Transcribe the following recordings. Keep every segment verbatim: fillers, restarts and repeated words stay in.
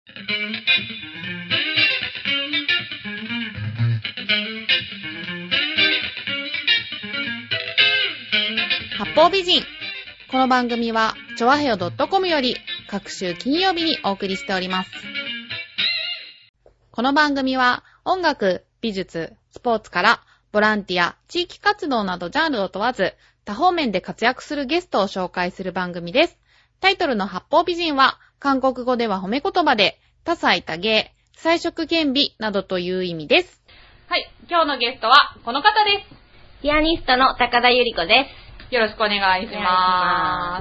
八方美人。この番組はチョアヘヨ .com より各週金曜日にお送りしております。この番組は音楽、美術、スポーツからボランティア、地域活動などジャンルを問わず多方面で活躍するゲストを紹介する番組です。タイトルの八方美人は韓国語では褒め言葉で多彩多芸、彩色兼備などという意味です。はい、今日のゲストはこの方です。 ピアニストの高田由里子です。 よろしくお願いします。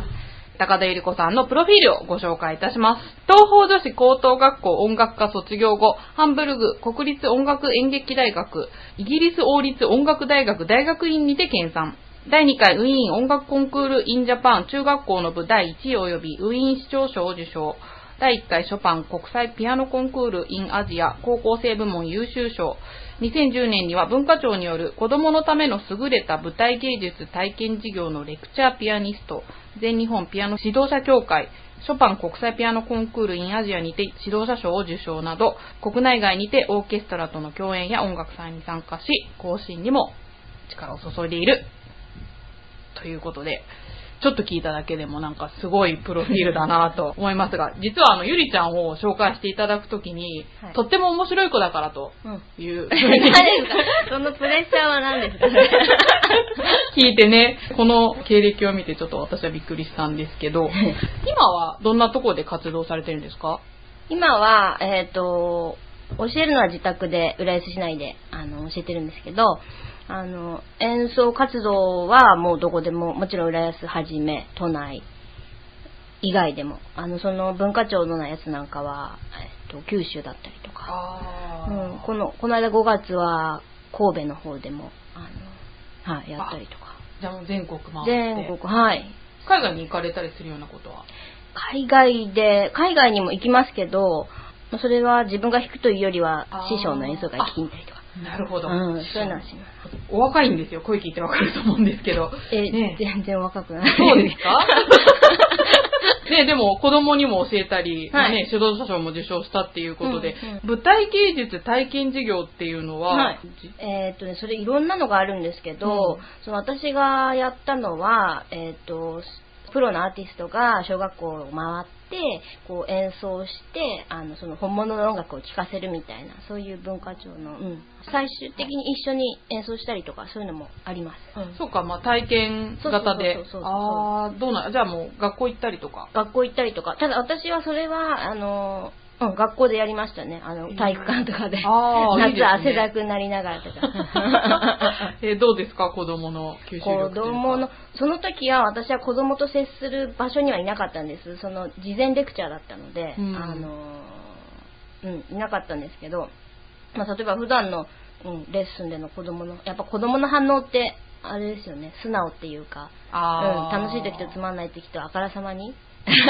高田由里子さんのプロフィールをご紹介いたします。東邦女子高等学校音楽科卒業後、ハンブルグ国立音楽演劇大学、イギリス王立音楽大学大学院にて研鑽。だいにかいウィーン音楽コンクールインジャパン中学校の部だいいちい及びウィーン市長賞を受賞。だいいっかいショパン国際ピアノコンクール in アジア高校生部門優秀賞。にせんじゅうねんには文化庁による子どものための優れた舞台芸術体験事業のレクチャーピアニスト、全日本ピアノ指導者協会、ショパン国際ピアノコンクール in アジアにて指導者賞を受賞など、国内外にてオーケストラとの共演や音楽祭に参加し、後進にも力を注いでいるということで、ちょっと聞いただけでもなんかすごいプロフィールだなと思いますが、実はあのゆりちゃんを紹介していただくときに、はい、とっても面白い子だからという、うん、 何ですかそのプレッシャーは何ですか聞いてね、この経歴を見てちょっと私はびっくりしたんですけど、今はどんなところで活動されてるんですか？ 今は、えっと、教えるのは自宅で浦安市内であの教えてるんですけど、あの演奏活動はもうどこでも、もちろん浦安はじめ都内以外でも、あのその文化庁のやつなんかは、えっと、九州だったりとか、あ、うん、このこの間ごがつは神戸の方でもあの、はい、やったりとか。 じゃあもう全国回って。 全国、はい。 海外に行かれたりするようなことは？ 海外で海外にも行きますけど、それは自分が弾くというよりは師匠の演奏会聞きに行ったりとか。 なるほど、 うん、そういうのはします。 お若いんですよ。声聞いてわかると思うんですけど。 え、ね、全然若くない。 そうですかね、でも子供にも教えたり、はい、ね、指導者賞も受賞したっていうことで、うんうん、舞台芸術体験事業っていうのは、はい、 えー、っとね、それいろんなのがあるんですけど、うん、その私がやったのは、えー、っとプロのアーティストが小学校を回ってこう演奏してあのその本物の音楽を聴かせるみたいな、そういう文化庁の、うん、最終的に一緒に演奏したりとかそういうのもあります、 うん、そうか、まあ、体験型で、ああ、どうな、じゃあもう学校行ったりとか学校行ったりとか、ただ私はそれはあのうん、学校でやりましたね。あの体育館とかで、あ夏いいで、ね、汗だくになりながらとかえどうですか、子供の吸収力というか。 子供のその時は私は子供と接する場所にはいなかったんです。その事前レクチャーだったので、うん、あのうんいなかったんですけど、まあ、例えば普段の、うん、レッスンでの子供のやっぱ子供の反応ってあれですよね、素直っていうか、あ、うん、楽しい時とつまんない時とあからさまに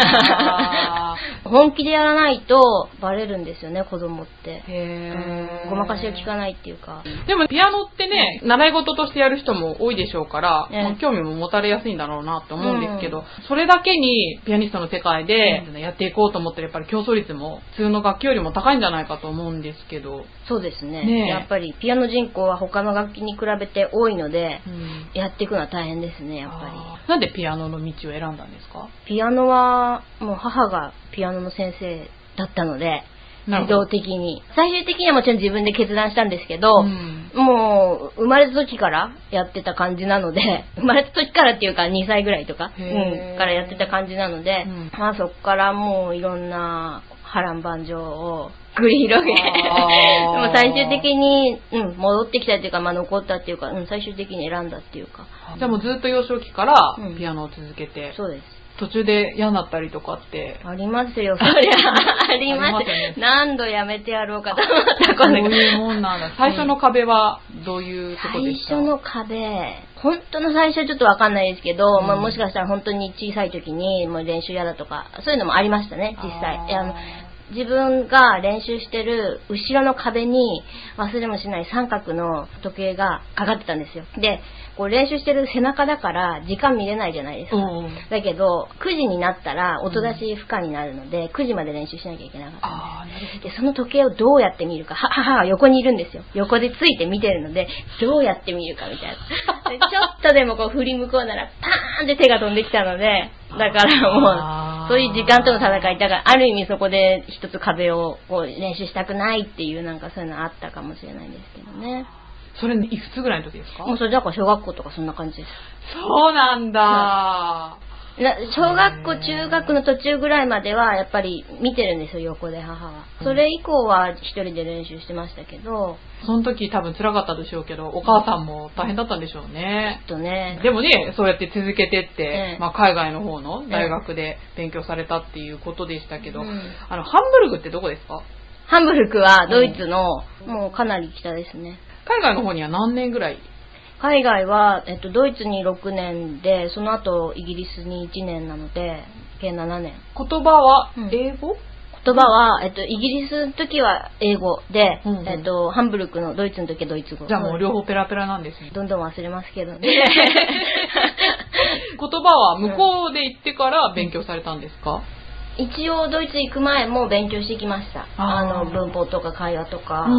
本気でやらないとバレるんですよね、子供って。へー、うん、ごまかしを聞かないっていうか。 でもピアノってね、うん、習い事としてやる人も多いでしょうから、まあ、興味も持たれやすいんだろうなと思うんですけど、うん、それだけにピアニストの世界でやっていこうと思ってやっぱり競争率も普通の楽器よりも高いんじゃないかと思うんですけど。 そうですね、ね、やっぱりピアノ人口は他の楽器に比べて多いので、うん、やっていくのは大変ですね、やっぱり。 なんでピアノの道を選んだんですか？ ピアノはもう母がピアノの先生だったので、自動的に最終的にはもちろん自分で決断したんですけど、うん、もう生まれた時からやってた感じなので生まれた時からっていうかにさいぐらいとか、うん、からやってた感じなので、うん、まあそこからもういろんな波乱万丈を繰り広げでも最終的に、うん、戻ってきたっていうか、まあ、残ったっていうか、うん、最終的に選んだっていうか。 じゃあもうずっと幼少期からピアノを続けて、うん、そうです。途中で嫌になったりとかってありますよ。そりゃありますよね。何度やめてやろうかと思ったことが。 そういうもんなんだ。最初の壁はどういうとこでした？ 最初の壁、本当の最初はちょっとわかんないですけど、うん、まあ、もしかしたら本当に小さい時にもう練習やだとかそういうのもありましたね、実際。あの自分が練習してる後ろの壁に忘れもしない三角の時計がかかってたんですよ。で、こう練習してる背中だから時間見れないじゃないですか。うん、だけどくじになったら音出し不可になるので、うん、くじまで練習しなきゃいけなかったんです。で、その時計をどうやって見るか、ははは横にいるんですよ。横でついて見てるので、どうやって見るかみたいな。でちょっとでもこう振り向こうならパーンって手が飛んできたので、だからもうそういう時間との戦いだから、ある意味そこで一つ壁をこう練習したくないっていうなんかそういうのあったかもしれないんですけどね。 それいくつぐらいの時ですか？ もうそれだから小学校とかそんな感じです。 そうなんだ。 小学校中学の途中ぐらいまではやっぱり見てるんですよ、横で母は。それ以降は一人で練習してましたけど、 その時多分辛かったでしょうけど、お母さんも大変だったんでしょうね。 きっとね。 でもね、そうやって続けてって、ええ、まあ、海外の方の大学で勉強されたっていうことでしたけど、うん、あのハンブルグってどこですか？ ハンブルクはドイツの、うん、もうかなり北ですね。 海外の方には何年ぐらい？ 海外は、えっと、ドイツにろくねんで、その後イギリスにいちねんなので、計ななねん。 言葉は英語？うん、 言葉は、えっと、イギリスの時は英語で、うんうん、えっと、ハンブルクのドイツの時はドイツ語。 じゃあもう両方ペラペラなんですね。 どんどん忘れますけどね。 言葉は向こうで行ってから勉強されたんですか？ 一応ドイツ行く前も勉強してきました。あ, あの文法とか会話とか。 うん、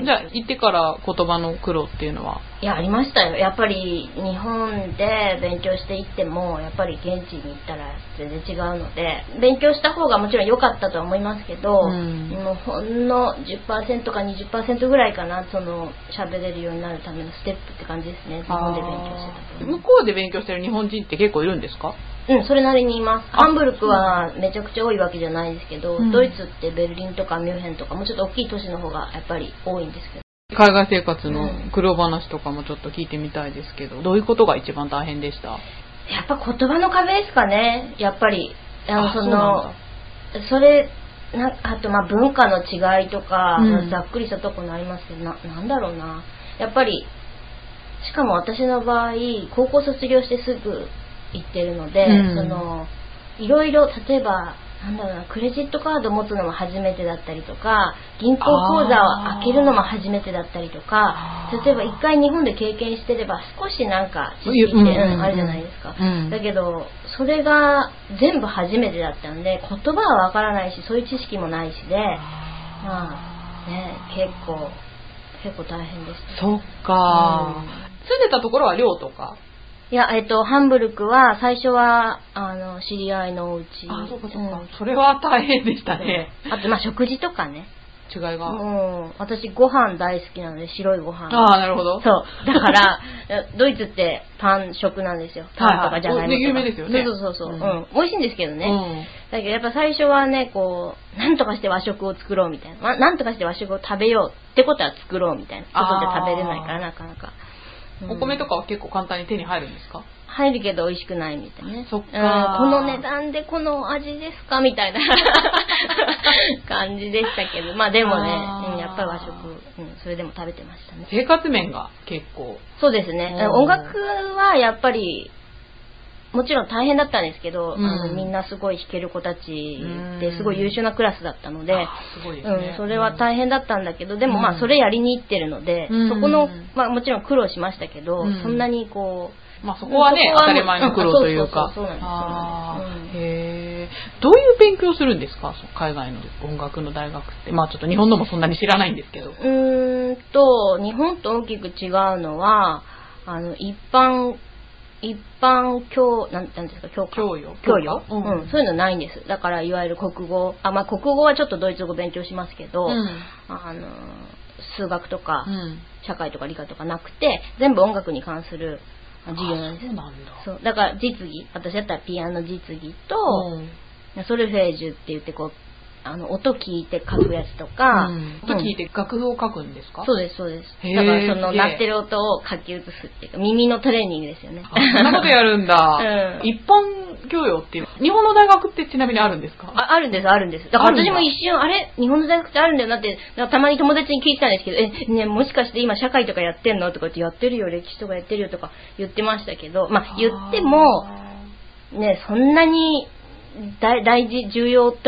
じゃあ行ってから言葉の苦労っていうのは？ いや、ありましたよ。やっぱり日本で勉強していってもやっぱり現地に行ったら全然違うので、勉強した方がもちろん良かったとは思いますけど、うん、もうほんの じゅっパーセント か にじゅっパーセント ぐらいかな、その喋れるようになるためのステップって感じですね。日本で勉強してた。 向こうで勉強してる日本人って結構いるんですか？ うん、それなりにいます。ハンブルクはめちゃくちゃ多いわけじゃないですけど、うん、ドイツってベルリンとかミュンヘンとかもうちょっと大きい都市の方がやっぱり多いんですけど。 海外生活の苦労話とかもちょっと聞いてみたいですけど、どういうことが一番大変でした？ やっぱ言葉の壁ですかね。やっぱりあのそのそれなあとまあ文化の違いとか、うん、ざっくりしたところもありますけど、な、なんだろうな。やっぱりしかも私の場合高校卒業してすぐ行ってるので、うん、そのいろいろ例えばなんだろうな、クレジットカード持つのも初めてだったりとか、銀行口座を開けるのも初めてだったりとか、例えば一回日本で経験してれば少しなんか知識って、うんうん、あるじゃないですか、うん、だけどそれが全部初めてだったんで、言葉はわからないしそういう知識もないしで、まあね、結構結構大変でした。 そっか、うん、住んでたところは寮とか？ いや、えっと、ハンブルクは、最初は、あの、知り合いのお家。 あ、そうかそうか、うん。それは大変でしたね。 あと、まあ、食事とかね。 違いが。 うん。私、ご飯大好きなので、白いご飯。 ああ、なるほど。 そう。だから、ドイツってパン食なんですよ。パンとかじゃがいもとか。はいはい、 有名ですよね。 そうそうそう。うん。うん、美味しいんですけどね。うん。だけど、やっぱ最初はね、こう、なんとかして和食を作ろうみたいな。まあ、なんとかして和食を食べようってことは作ろうみたいな。外で食べれないから、なかなか。 うん、お米とかは結構簡単に手に入るんですか？ 入るけど美味しくないみたいなね。 そっか、 うん、この値段でこの味ですかみたいな感じでしたけど、まあでもね、うん、やっぱり和食、うん、それでも食べてましたね。 生活面が結構。 そうですね。音楽はやっぱりもちろん大変だったんですけど、うん、あのみんなすごい弾ける子たちですごい優秀なクラスだったので、 すごいですね、 うん、それは大変だったんだけど、でもまあそれやりに行ってるので、うん、そこの、まあもちろん苦労しましたけど、うん、そんなにこう、 まあそこはね、当たり前の苦労というか。 そうなんです。 へえ。どういう勉強するんですか？海外の音楽の大学って。まあちょっと日本のもそんなに知らないんですけど。 うーんと、日本と大きく違うのは、あの、一般、一般教、なんて言うんですか、教科教養教養、うん、うん、そういうのないんです。だからいわゆる国語、あ、まあ国語はちょっとドイツ語勉強しますけど、うん、あの、数学とか、うん、社会とか理科とかなくて、全部音楽に関する授業なんです。 そうなんだ。 そう。だから実技、私だったらピアノ実技と、うん、ソルフェージュって言ってこう、あの音聞いて書くやつとか、うん、 音聞いて楽譜を書くんですか？ そうですそうです。だからその鳴ってる音を書き写すっていうか、耳のトレーニングですよね。 そんなことやるんだ。うん、一般教養っていう日本の大学ってちなみにあるんですか？ あ、あるんですあるんです。だから私も一瞬あれ日本の大学ってあるんだよなってたまに友達に聞いてたんですけど、えねもしかして今社会とかやってんのとか言ってやってるよ歴史とかやってるよとか言ってましたけど、まあ言ってもねそんなに大大事重要とは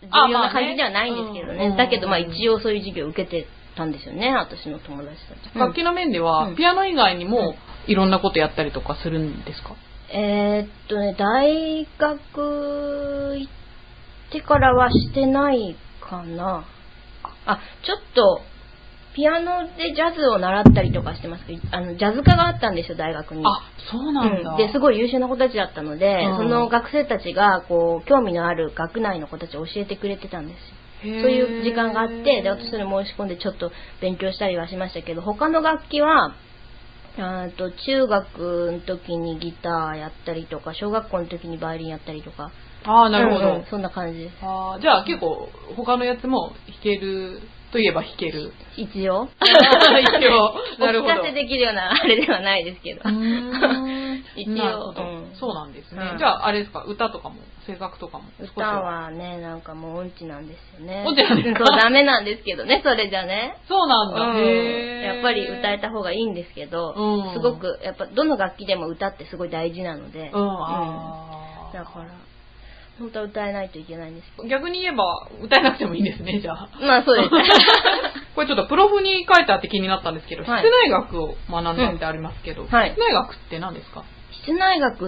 重要な感じではないんですけどね。ねだけど、まあ一応そういう授業を受けてたんですよね、私の友達たち。 楽器の面では、うん、ピアノ以外にもいろんなことやったりとかするんですか？ えー、っとね、大学行ってからはしてないかな。あ、ちょっと、ピアノでジャズを習ったりとかしてますけど、あの、ジャズ科があったんですよ、大学に。 あ、そうなんだ。 うん、で、すごい優秀な子たちだったので、うん、その学生たちが、こう、興味のある学内の子たちを教えてくれてたんですよ。そういう時間があって、で、私それ申し込んでちょっと勉強したりはしましたけど、他の楽器は、あと中学の時にギターやったりとか、小学校の時にバイオリンやったりとか。 ああ、なるほど、うんうん。そんな感じです。 ああ、じゃあ結構他のやつも弾けるといえば弾ける。 一応一応。なるほど。 お聞かせできるようなあれではないですけど。 一応。なるほど、うん。そうなんですね。うん、じゃああれですか、歌とかも声楽とかも少しは。歌はね、なんかもう音痴なんですよね。 音痴なんですか？ そう、ダメなんですけどね、それじゃね。 そうなんだ。 うん、へやっぱり歌えた方がいいんですけど、うん、すごく、やっぱどの楽器でも歌ってすごい大事なので。 うん。うん、 だから。本当は歌えないといけないんですけど。 逆に言えば歌えなくてもいいんですね、じゃあ。 まあそうです。 これちょっとプロフに書いてあって気になったんですけど、はい、室内楽を学んだってありますけど、うんはい、室内楽って何ですか？ 室内楽って、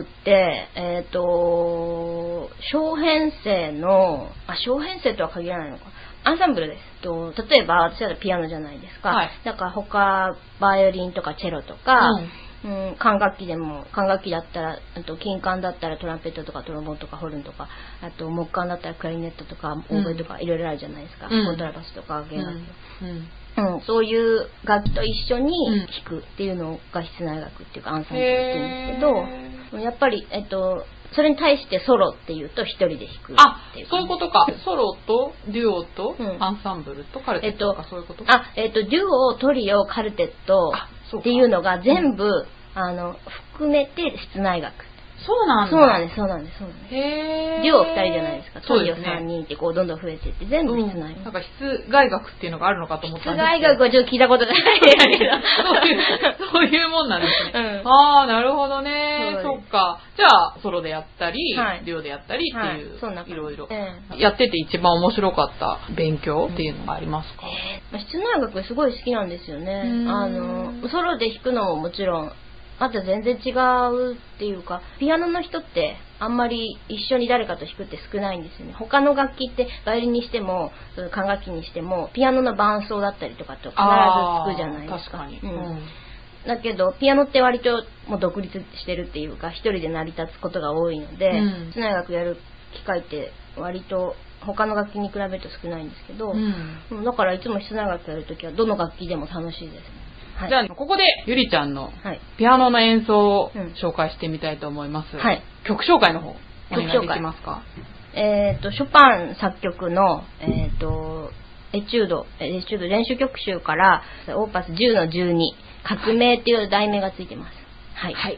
えっ、ー、と、小編成の、あ、小編成とは限らないのか。アンサンブルです。と例えば、私はピアノじゃないですか。はい、だから他、バイオリンとかチェロとか、うんうん、管楽器でも、管楽器だったら、あと金管だったらトランペットとかトロンボーンとかホルンとか、あと木管だったらクラリネットとかオーボエとかいろいろあるじゃないですか。コントラバスとか弦楽器、うんうん、そういう楽器と一緒に弾くっていうのが室内楽っていうかアンサンブルっていうんですけど、やっぱり、えっと、それに対してソロっていうと一人で弾くっていう。 あ、そういうことか。ソロとデュオとアンサンブルとカルテットとかそういうこと？ あ、えっと、デュオ、トリオ、カルテットっていうのが全部、うん、あの、含めて室内楽。 そうなんだ。 そうなんです、そうなんです、そうなんです。 へー。 デュオふたりじゃないですか。トリオさんにんってこうどんどん増えていって全部室内楽、うん。 なんか室外楽っていうのがあるのかと思ったんですけど。 室外楽はちょっと聞いたことないですけど。 そういう、そういうもんなんですね。うん、ああ、なるほどね。そっか。じゃあ、ソロでやったり、はい、デュオでやったりっていう、はい、そんないろいろ、えー。やってて一番面白かった勉強っていうのがありますか？ えー、室内楽すごい好きなんですよね。あの、ソロで弾くのももちろん、あと全然違うっていうか、ピアノの人ってあんまり一緒に誰かと弾くって少ないんですよね。他の楽器ってバイオリンにしても管楽器にしてもピアノの伴奏だったりとかと必ずつくじゃないですか。 確かに、うん、 だけどピアノって割ともう独立してるっていうか一人で成り立つことが多いので、室内楽やる機会って割と他の楽器に比べると少ないんですけど、うん、だからいつも室内楽やるときはどの楽器でも楽しいですね。はい、 じゃあここでゆりちゃんのピアノの演奏を紹介してみたいと思います、はい、曲紹介の方お願いできますか？ えっ、ー、とショパン作曲の、えー、とエチュードエチュード練習曲集からオーパスじゅうのじゅうに革命っていう題名がついてます。はい、はい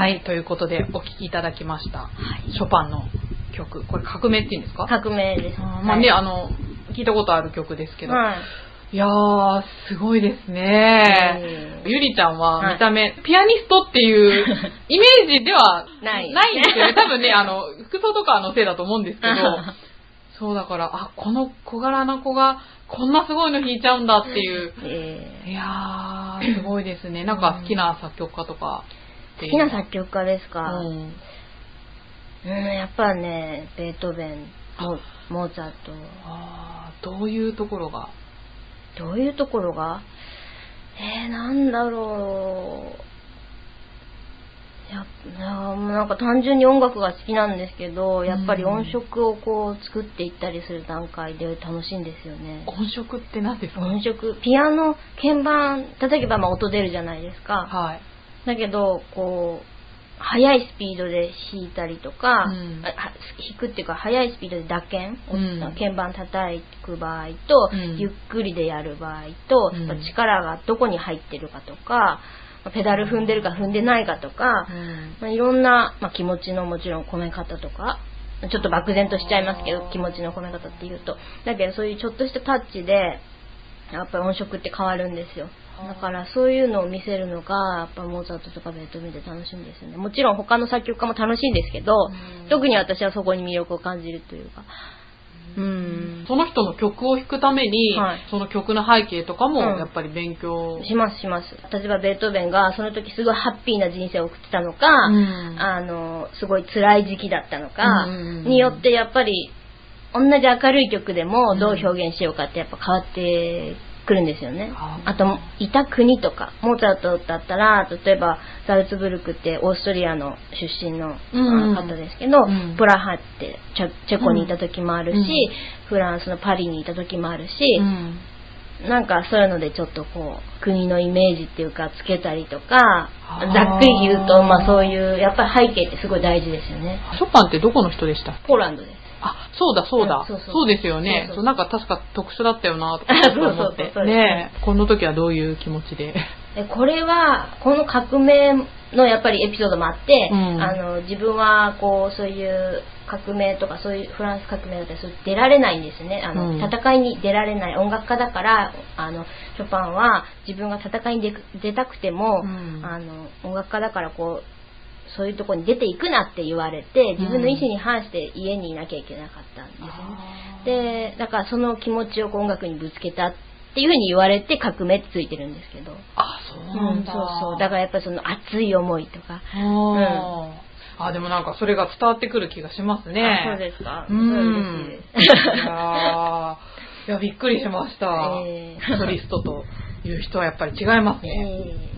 はい、ということでお聴きいただきました、はい、ショパンの曲、これ革命っていうんですか？ 革命です。 あ、まあね、はい、あの聞いたことある曲ですけど、はい、いやーすごいですね。ゆりちゃんは見た目、はい、ピアニストっていうイメージではないんですよね。多分ね、あの服装とかのせいだと思うんですけど、そうだからあこの小柄な子がこんなすごいの弾いちゃうんだっていう、えー、いやーすごいですね。なんか好きな作曲家とか好きな作曲家ですか？うん、うん、やっぱねベートーベン、モーツァルト。 あどういうところがどういうところがえー、なんだろう。やなんか単純に音楽が好きなんですけど、やっぱり音色をこう作っていったりする段階で楽しいんですよね。 音色って何ですか？ 音色、ピアノ、鍵盤叩けばまあ音出るじゃないですか。はい。だけどこう速いスピードで弾いたりとか、うん、弾くっていうか速いスピードで打鍵、うん、鍵盤叩く場合と、うん、ゆっくりでやる場合と、うん、力がどこに入ってるかとか、ペダル踏んでるか踏んでないかとか、うんまあ、いろんな、まあ、気持ちのもちろん込め方とか、ちょっと漠然としちゃいますけど、気持ちの込め方っていうと、だけどそういうちょっとしたタッチでやっぱり音色って変わるんですよ。だからそういうのを見せるのがやっぱモーツァルトとかベートーベンで楽しいんですよね。もちろん他の作曲家も楽しいんですけど、うん、特に私はそこに魅力を感じるというか、 うん、その人の曲を弾くために、はい、その曲の背景とかもやっぱり勉強、 うん、しますします。例えばベートーベンがその時すごいハッピーな人生を送ってたのか、うん、あのすごい辛い時期だったのかによってやっぱり同じ明るい曲でもどう表現しようかってやっぱ変わってくるんですよね。あといた国とか、モーツァルトだったら例えばザルツブルクってオーストリアの出身の方ですけど、うん、プラハってチェ、チェコにいた時もあるし、うん、フランスのパリにいた時もあるし、うん、なんかそういうのでちょっとこう国のイメージっていうかつけたりとか、ざっくり言うとまあそういうやっぱり背景ってすごい大事ですよね。 ショパンってどこの人でした？ ポーランドです。 あ、そうだそうだ、うん、そうそうそうですよね。そうそうそう、なんか確か特殊だったよなとか思ってね。この時はどういう気持ちで？ これはこの革命のやっぱりエピソードもあって、うん、あの自分はこうそういう革命とかそういうフランス革命だったりそう出られないんですね。あの、うん、戦いに出られない音楽家だからあのショパンは自分が戦いに 出, 出たくても、うん、あの音楽家だからこうそういうところに出ていくなって言われて自分の意思に反して家にいなきゃいけなかったんですよね。でだからその気持ちを音楽にぶつけたっていうふうに言われて革命ってついてるんですけど。 あ、そうなんだ、 うん、そうそう。だからやっぱりその熱い思いとか、うん、 あ、でもなんかそれが伝わってくる気がしますね。 あ、そうですか。うん、 嬉しいです。いやいやびっくりしました、えー、ソリストという人はやっぱり違いますね。えー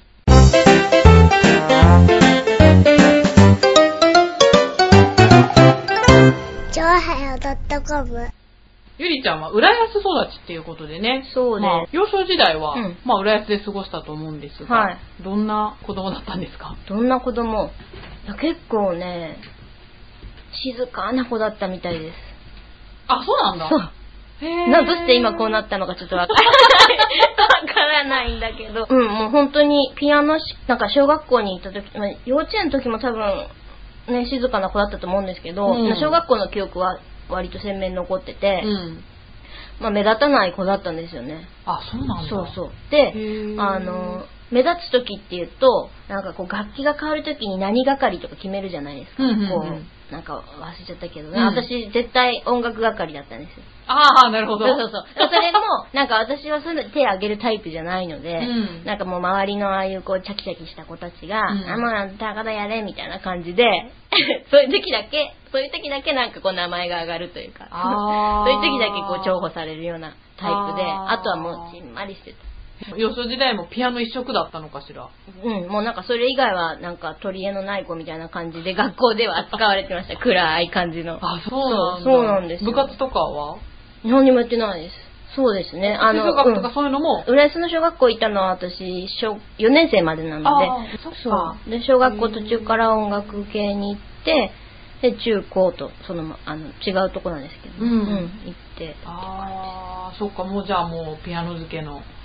ゆりちゃんは浦安育ちっていうことでね。 そうね。まあ、 幼少時代は、うん、まあ浦安で過ごしたと思うんですが、はい、どんな子供だったんですか？ どんな子供？結構ね、静かな子だったみたいです。 あ、そうなんだ。 そう。へー。などうして今こうなったのかちょっとわからないわからないんだけど、うん、もう本当にピアノしなんか小学校に行った時、まあ、幼稚園の時も多分ね静かな子だったと思うんですけど、うん、小学校の記憶は割と鮮明に残ってて、うん、まあ目立たない子だったんですよね。 あ、そうなんだ。 そうそう。で、あの目立つ時っていうとなんかこう楽器が変わる時に何係とか決めるじゃないですか。うんうんうん、こうなんか忘れちゃったけどね、うん、私絶対音楽係だったんですよ。 ああ、なるほど。 そうそうそう。それもなんか私はそういうの手を挙げるタイプじゃないので、うん、なんかもう周りのああいうこうチャキチャキした子たちが、うん、あ、もう高田やれみたいな感じでそういう時だけそういう時だけなんかこう名前が上がるというかそういう時だけこう重宝されるようなタイプで、 あ, あとはもうちんまりしてた。 幼少時代もピアノ一色だったのかしら。 うん、もうなんかそれ以外はなんか取り柄のない子みたいな感じで学校では扱われてました。暗い感じの。 あ、そうなんだ。 そうなんですよ。 部活とかは何にもやってないです。そうですね。 あの、学とかそういうのも、 うん、浦安の小学校行ったのは私小よねん生までなので、 あ、そっか。 そうで小学校途中から音楽系に行ってで中高とそのあの違うとこなんですけど、うん、うん、行って。 ああ、そっか。もうじゃあもうピアノ漬けの。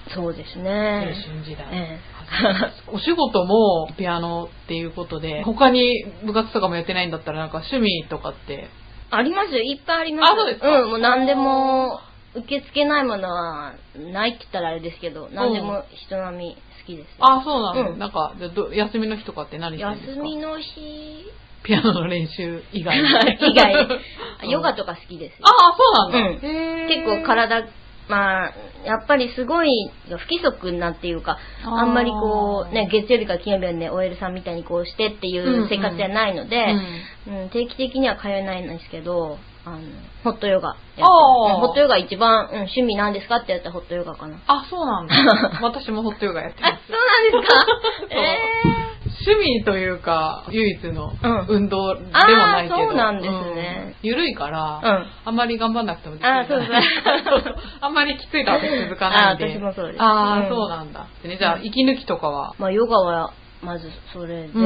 そうです青ね。 春時代。 えお仕事もピアノっていうことで、他に部活とかもやってないんだったらなんか趣味とかって。 ありますよ。いっぱいあります。 あ、そうですか。 うん、もう何でも、受け付けないものはないって言ったらあれですけど、何でも人並み好きですよ。 あ、そうなの、 うん、 なんか、ど休みの日とかって何してるんですか？ 休みの日ピアノの練習以外以外ヨガとか好きですよ。 ああ、そうなんだ。 うん、へ結構体、まあ、やっぱりすごい不規則なっていうか、あんまりこう、ね、月曜日から金曜日はね、オーエル さんみたいにこうしてっていう生活じゃないので、うんうんうん、定期的には通えないんですけど、あの、ホットヨガやってます。ホットヨガ一番、うん、趣味なんですかって言ったらホットヨガかな。 あ、そうなんだ。私もホットヨガやってます。 あ、そうなんですかえー、趣味というか、唯一の運動でもないけど。 うん、そうなんですね。 うん、ゆるいから、うん、あんまり頑張んなくてもできる。 あ、そうそうあんまりきついと私続かないんで。 あ、私もそうです。 ああ、うん、そうなんだ。でね、じゃあ、息抜きとかは？ まあ、ヨガは、まずそれで、うんうん、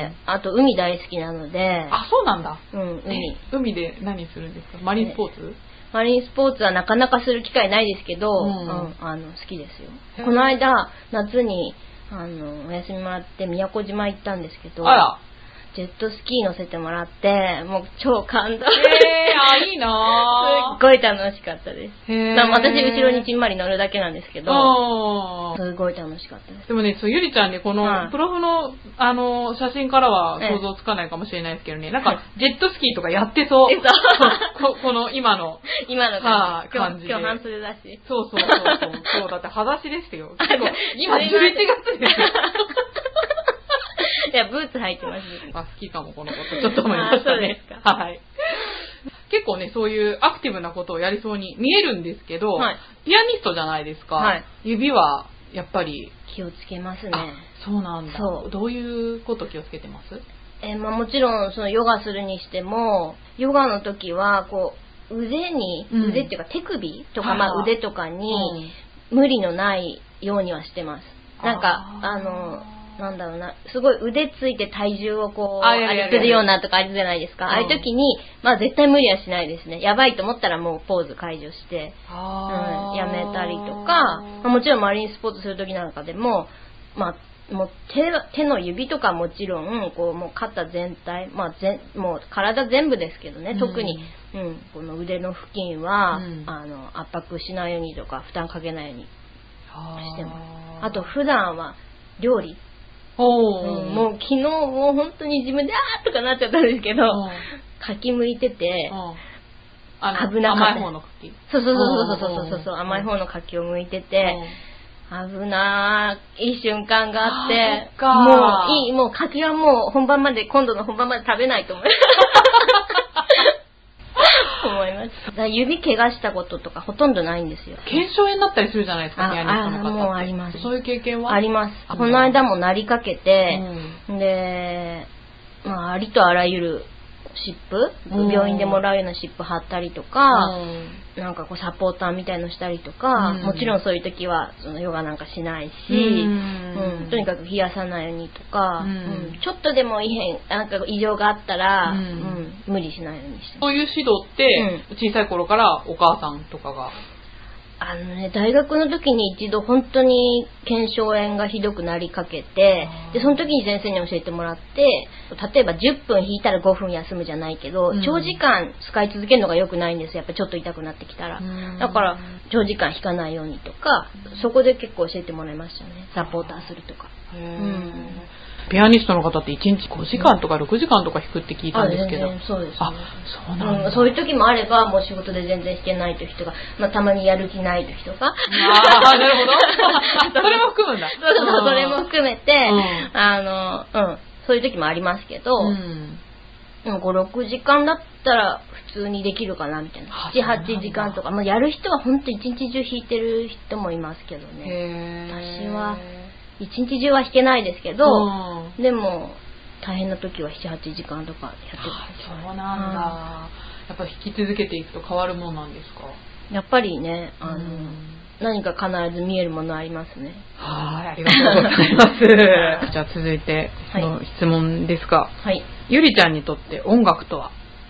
あと海大好きなので。 あ、そうなんだ。 うん、海。 海で何するんですか？マリンスポーツ？ マリンスポーツはなかなかする機会ないですけど、うん、うん、あの好きですよ。この間夏にあのお休みもらって宮古島行ったんですけど、 あら、 ジェットスキー乗せてもらってもう超感動。 へえ、あ、いいな。 すっごい楽しかったです。へ、私後ろにちんまり乗るだけなんですけど、すごい楽しかったです。 でもね、そうゆりちゃんね、このプロフのあの写真からは想像つかないかもしれないですけどね、なんかジェットスキーとかやってそう。こ, この今の今の感じ。 はあ、感じで今日半袖だし。 そうそうそうそう。そうだって裸足ですよ。今じゅういちがつですよ。 いや、ブーツ履いてます。 あ、好きかも、このこと。ちょっと思いましたね。 そうですか。 はい。結構ね、そういうアクティブなことをやりそうに見えるんですけど、はい、ピアニストじゃないですか。はい、指は、やっぱり。 気をつけますね。 そうなんだ。そう。どういうこと気をつけてます？ えー、まあもちろん、そのヨガするにしても、ヨガの時は、こう、腕に、うん、腕っていうか手首とか、まあ腕とかに、無理のないようにはしてます。なんか、あの、なんだろうな、すごい腕ついて体重をこう、あれするようなとかあるじゃないですか。ああいう時に、まあ絶対無理はしないですね。やばいと思ったらもうポーズ解除して、うん、やめたりとか、まあ、もちろんマリンスポーツする時なんかでも、まあ、もう 手, 手の指とかもちろん、こう、もう肩全体、まあぜ、もう体全部ですけどね、うん、特に、うん、この腕の付近は、うん、あの、圧迫しないようにとか、負担かけないようにしてます。あと普段は料理。うん、もう昨日もう本当に自分であーとかなっちゃったんですけど、柿剥いてて、危なかった。 甘い方の柿。 そうそうそうそうそうそう、甘い方の柿を剥いてて、危ない瞬間があって、もういい、もう柿はもう本番まで、今度の本番まで食べないと思います。思います。だ指怪我したこととかほとんどないんですよ。 腱鞘炎になったりするじゃないですか、ピアニストの方って。 もうあります。 そういう経験はあります。この間もなりかけて、うん、で、まあ、ありとあらゆる湿布、うん、病院でもらうような湿布貼ったりとか、うん、なんかこうサポーターみたいのしたりとか、うん、もちろんそういう時はそのヨガなんかしないし、うんうん、とにかく冷やさないようにとか、うんうん、ちょっとでも異変、なんか異常があったら、うんうん、無理しないようにして。 そういう指導って、小さい頃からお母さんとかがあのね、大学の時に一度本当に腱鞘炎がひどくなりかけて、で、その時に先生に教えてもらって、例えばじゅっぷん弾いたらごふん休むじゃないけど、うん、長時間使い続けるのが良くないんですよ。やっぱちょっと痛くなってきたら。だから、長時間弾かないようにとか、そこで結構教えてもらいましたね。サポーターするとか。うん、 ピアニストの方っていちにちごじかんとかろくじかんとか弾くって聞いたんですけど。 あ、そうですね。 あ、そうなんだ、 うん。そういう時もあれば、もう仕事で全然弾けない時とか、まあたまにやる気ない時とか。 ああ、なるほど。それも含むんだ。 そうそう、それも含めて、うん、あの、うん、そういう時もありますけど、うん、ご、ろくじかんだったら普通にできるかなみたいな。なな、はちじかんとか、まあやる人は本当一日中弾いてる人もいますけどね。私は、一日中は弾けないですけど、うん、でも大変な時はなな、はちじかんとかやってるんですよ。 そうなんだ、うん、やっぱ弾き続けていくと変わるもんなんですか？ やっぱりね、あの、うん、何か必ず見えるものありますね。 はい、ありがとうございます。じゃあ続いての質問ですが、はい、ゆりちゃんにとって音楽とは？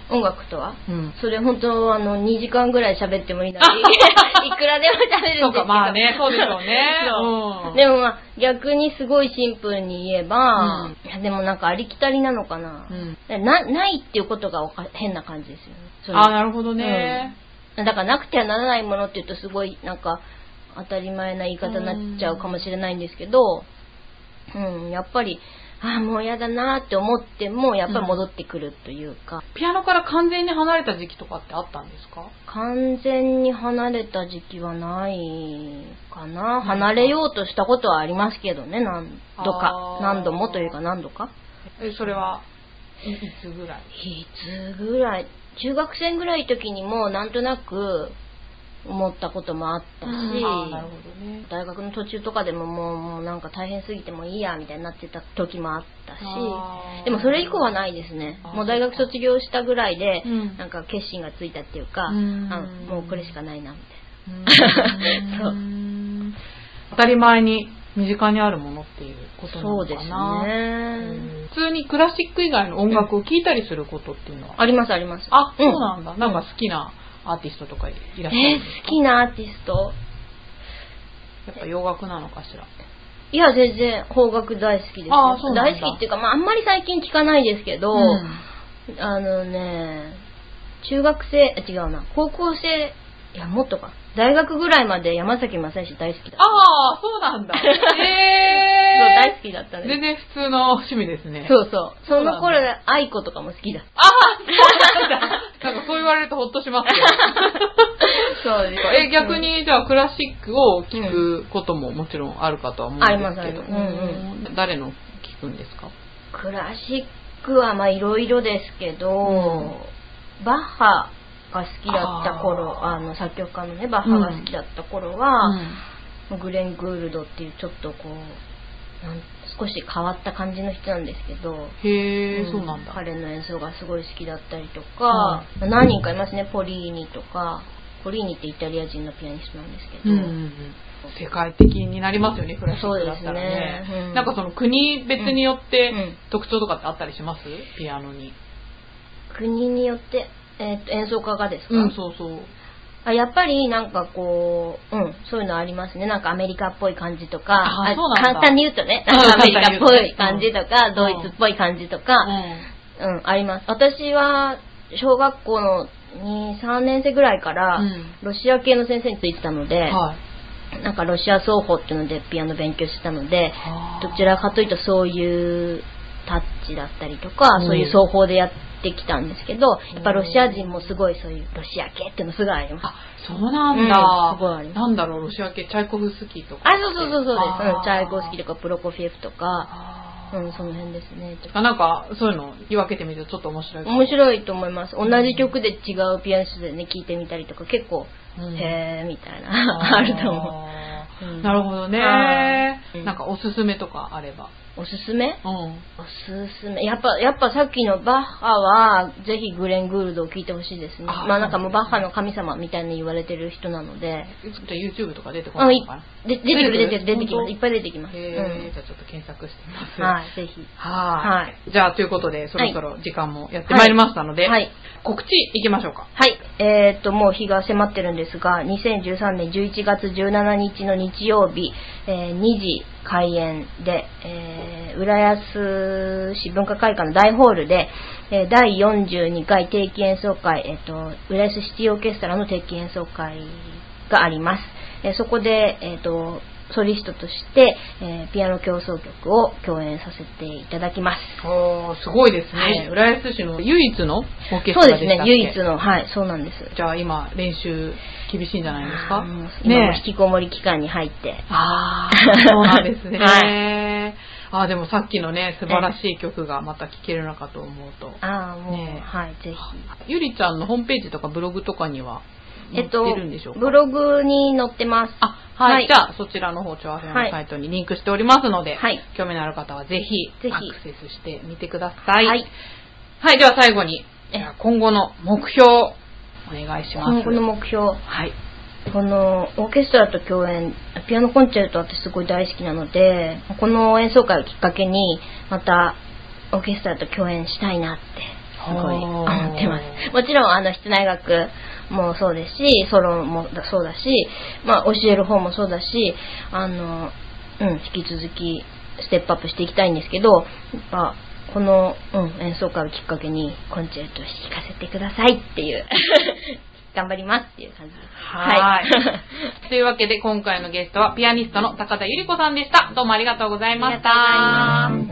音楽とは、 うん、 それ本当あのにじかんぐらい喋ってもいいのにいくらでも喋るんですけど。 そうか、まあね、そうでしょうね。 そう、うん、でもまあ逆にすごいシンプルに言えば、うん、でもなんかありきたりなのかな、うん、なないっていうことが変な感じですよね。 ああ、なるほどね、 うん、だからなくてはならないものって言うとすごいなんか当たり前な言い方になっちゃうかもしれないんですけど、うん、やっぱりああもうやだなって思ってもやっぱり戻ってくるというか、うん、 ピアノから完全に離れた時期とかってあったんですか？ 完全に離れた時期はないかな。離れようとしたことはありますけどね、何度か何度もというか何度か。 え、それはいつぐらい？ いつぐらい？中学生ぐらいの時にもなんとなく思ったこともあったし、うん、 あ、なるほどね、 大学の途中とかでももう、もうなんか大変すぎてもいいやみたいになってた時もあったし、でもそれ以降はないですね。もう大学卒業したぐらいで、うん、なんか決心がついたっていうか、うん、あもうこれしかないなみたいな。そう、 当たり前に身近にあるものっていうことなのかな。 そうですね、 うん、普通にクラシック以外の音楽を聴いたりすることっていうのは、 うん、ありますあります。 あ、そうなんだ、うん、なんか好きなアーティストとかいらっしゃるんですか？ えー、好きなアーティスト、 やっぱ洋楽なのかしら？ いや全然邦楽大好きです。 あ、そうなんだ。 大好きっていうか、まあ、あんまり最近聞かないですけど、うん、あのね中学生違うな高校生いやもっとか大学ぐらいまで山崎まさよし大好きだった。 ああ、そうなんだ。へえー、そう大好きだったね。 全然普通の趣味ですね。 そうそう。その頃で愛子とかも好きだ。 ああ、そうなんだ。なんかそう言われるとほっとしますよ。 そうです。 え、逆にじゃあクラシックを聴くことももちろんあるかとは思うんですけど。 ありますあります。うんうん。誰の聴くんですか？ クラシックはまあいろいろですけど、うん、バッハが好きだった頃、あの作曲家のねバッハが好きだった頃は、うん、グレン・グールドっていうちょっとこうなん少し変わった感じの人なんですけど、 へー、うん、そうなんだ。 彼の演奏がすごい好きだったりとか、うん、何人かいますね。ポリーニとか、ポリーニってイタリア人のピアニストなんですけど、うんうんうん、 世界的になりますよね、クラシックだったらね。そうですね、うん、なんかその国別によって特徴とかってあったりします？ピアノに。 国によってえー、と演奏家がですか？ うん、そうそう。 あ、やっぱりなんかこう、うん、そういうのありますね。なんかアメリカっぽい感じとか、 ああそうなんだ。 簡単に言うとね、なんかアメリカっぽい感じとか、うん、ドイツっぽい感じとか、うん、うん、あります。私は小学校のに、さんねん生ぐらいから、ロシア系の先生についてたので、うん、なんかロシア奏法っていうのでピアノ勉強してたので、どちらかというとそういうタッチだったりとか、うん、そういう奏法でやってきたんですけど、やっぱロシア人もすごいそういうロシア系っていうのすごいあります。 あ、そうなんだ。 うん、すごいあります。 なんだろう、ロシア系、チャイコフスキーとか。 あ、そうそうそうそうです。うん、チャイコフスキーとかプロコフィエフとか、うん、その辺ですね。 あ、なんかそういうの言い分けてみるとちょっと面白い。 面白いと思います。同じ曲で違うピアニストでね聴いてみたりとか結構、うん、へーみたいなあると思う。 うん、なるほどね、うん。なんかおすすめとかあれば。 おすすめ？ うん。 おすすめ。やっぱ、やっぱさっきのバッハは、ぜひグレン・グールドを聴いてほしいですね。あまあなんかもうバッハの神様みたいに言われてる人なので。 じゃあ YouTube とか出てこないのかな？ で出てくる、出てくる、出てきます。いっぱい出てきます。 へー、うん、じゃあちょっと検索してみます。 はい、ぜひ。 はい。じゃあということで、そろそろ時間もやってまいりましたので、はいはい、告知いきましょうか。 はい。えー、っと、もう日が迫ってるんですが、にせんじゅうさんねんじゅういちがつじゅうしちにちの日曜日、えー、にじ開演で、えー、浦安市文化会館の大ホールで、えー、だいよんじゅうにかい定期演奏会、えー、と浦安シティオーケストラの定期演奏会があります。えー、そこで、えー、とソリストとして、えー、ピアノ協奏曲を共演させていただきます。 おー、すごいですね。はい、浦安市の唯一のオーケストラでしたっけ？ そうですね、唯一の、はい、そうなんです。 じゃあ今練習厳しいんじゃないですか？ 今も引きこもり期間に入って。 ああ、そうなんですね。はい、ああ、でもさっきのね、素晴らしい曲がまた聴けるのかと思うと。 ああ、もう、ね、はい、ぜひ。 ゆりちゃんのホームページとかブログとかには載ってるんでしょうか？ えっと、ブログに載ってます。 あ、はい。はい、じゃあ、そちらの方、調和表のサイトにリンクしておりますので、はい、興味のある方はぜひ、ぜひアクセスしてみてください。はい。はい、では最後に、今後の目標、お願いします。 今後の目標。 はい。 このオーケストラと共演、ピアノコンチェルト私すごい大好きなので、この演奏会をきっかけにまたオーケストラと共演したいなってごい思ってます。もちろんあの室内楽もそうですし、ソロもそうだし、まあ教える方もそうだし、あのうん引き続きステップアップしていきたいんですけど、やっぱこの、うん、演奏会をきっかけにコンチェルトを弾かせてくださいっていう頑張りますっていう感じです。 はい。というわけで今回のゲストはピアニストの高田百合子さんでした。どうもありがとうございました。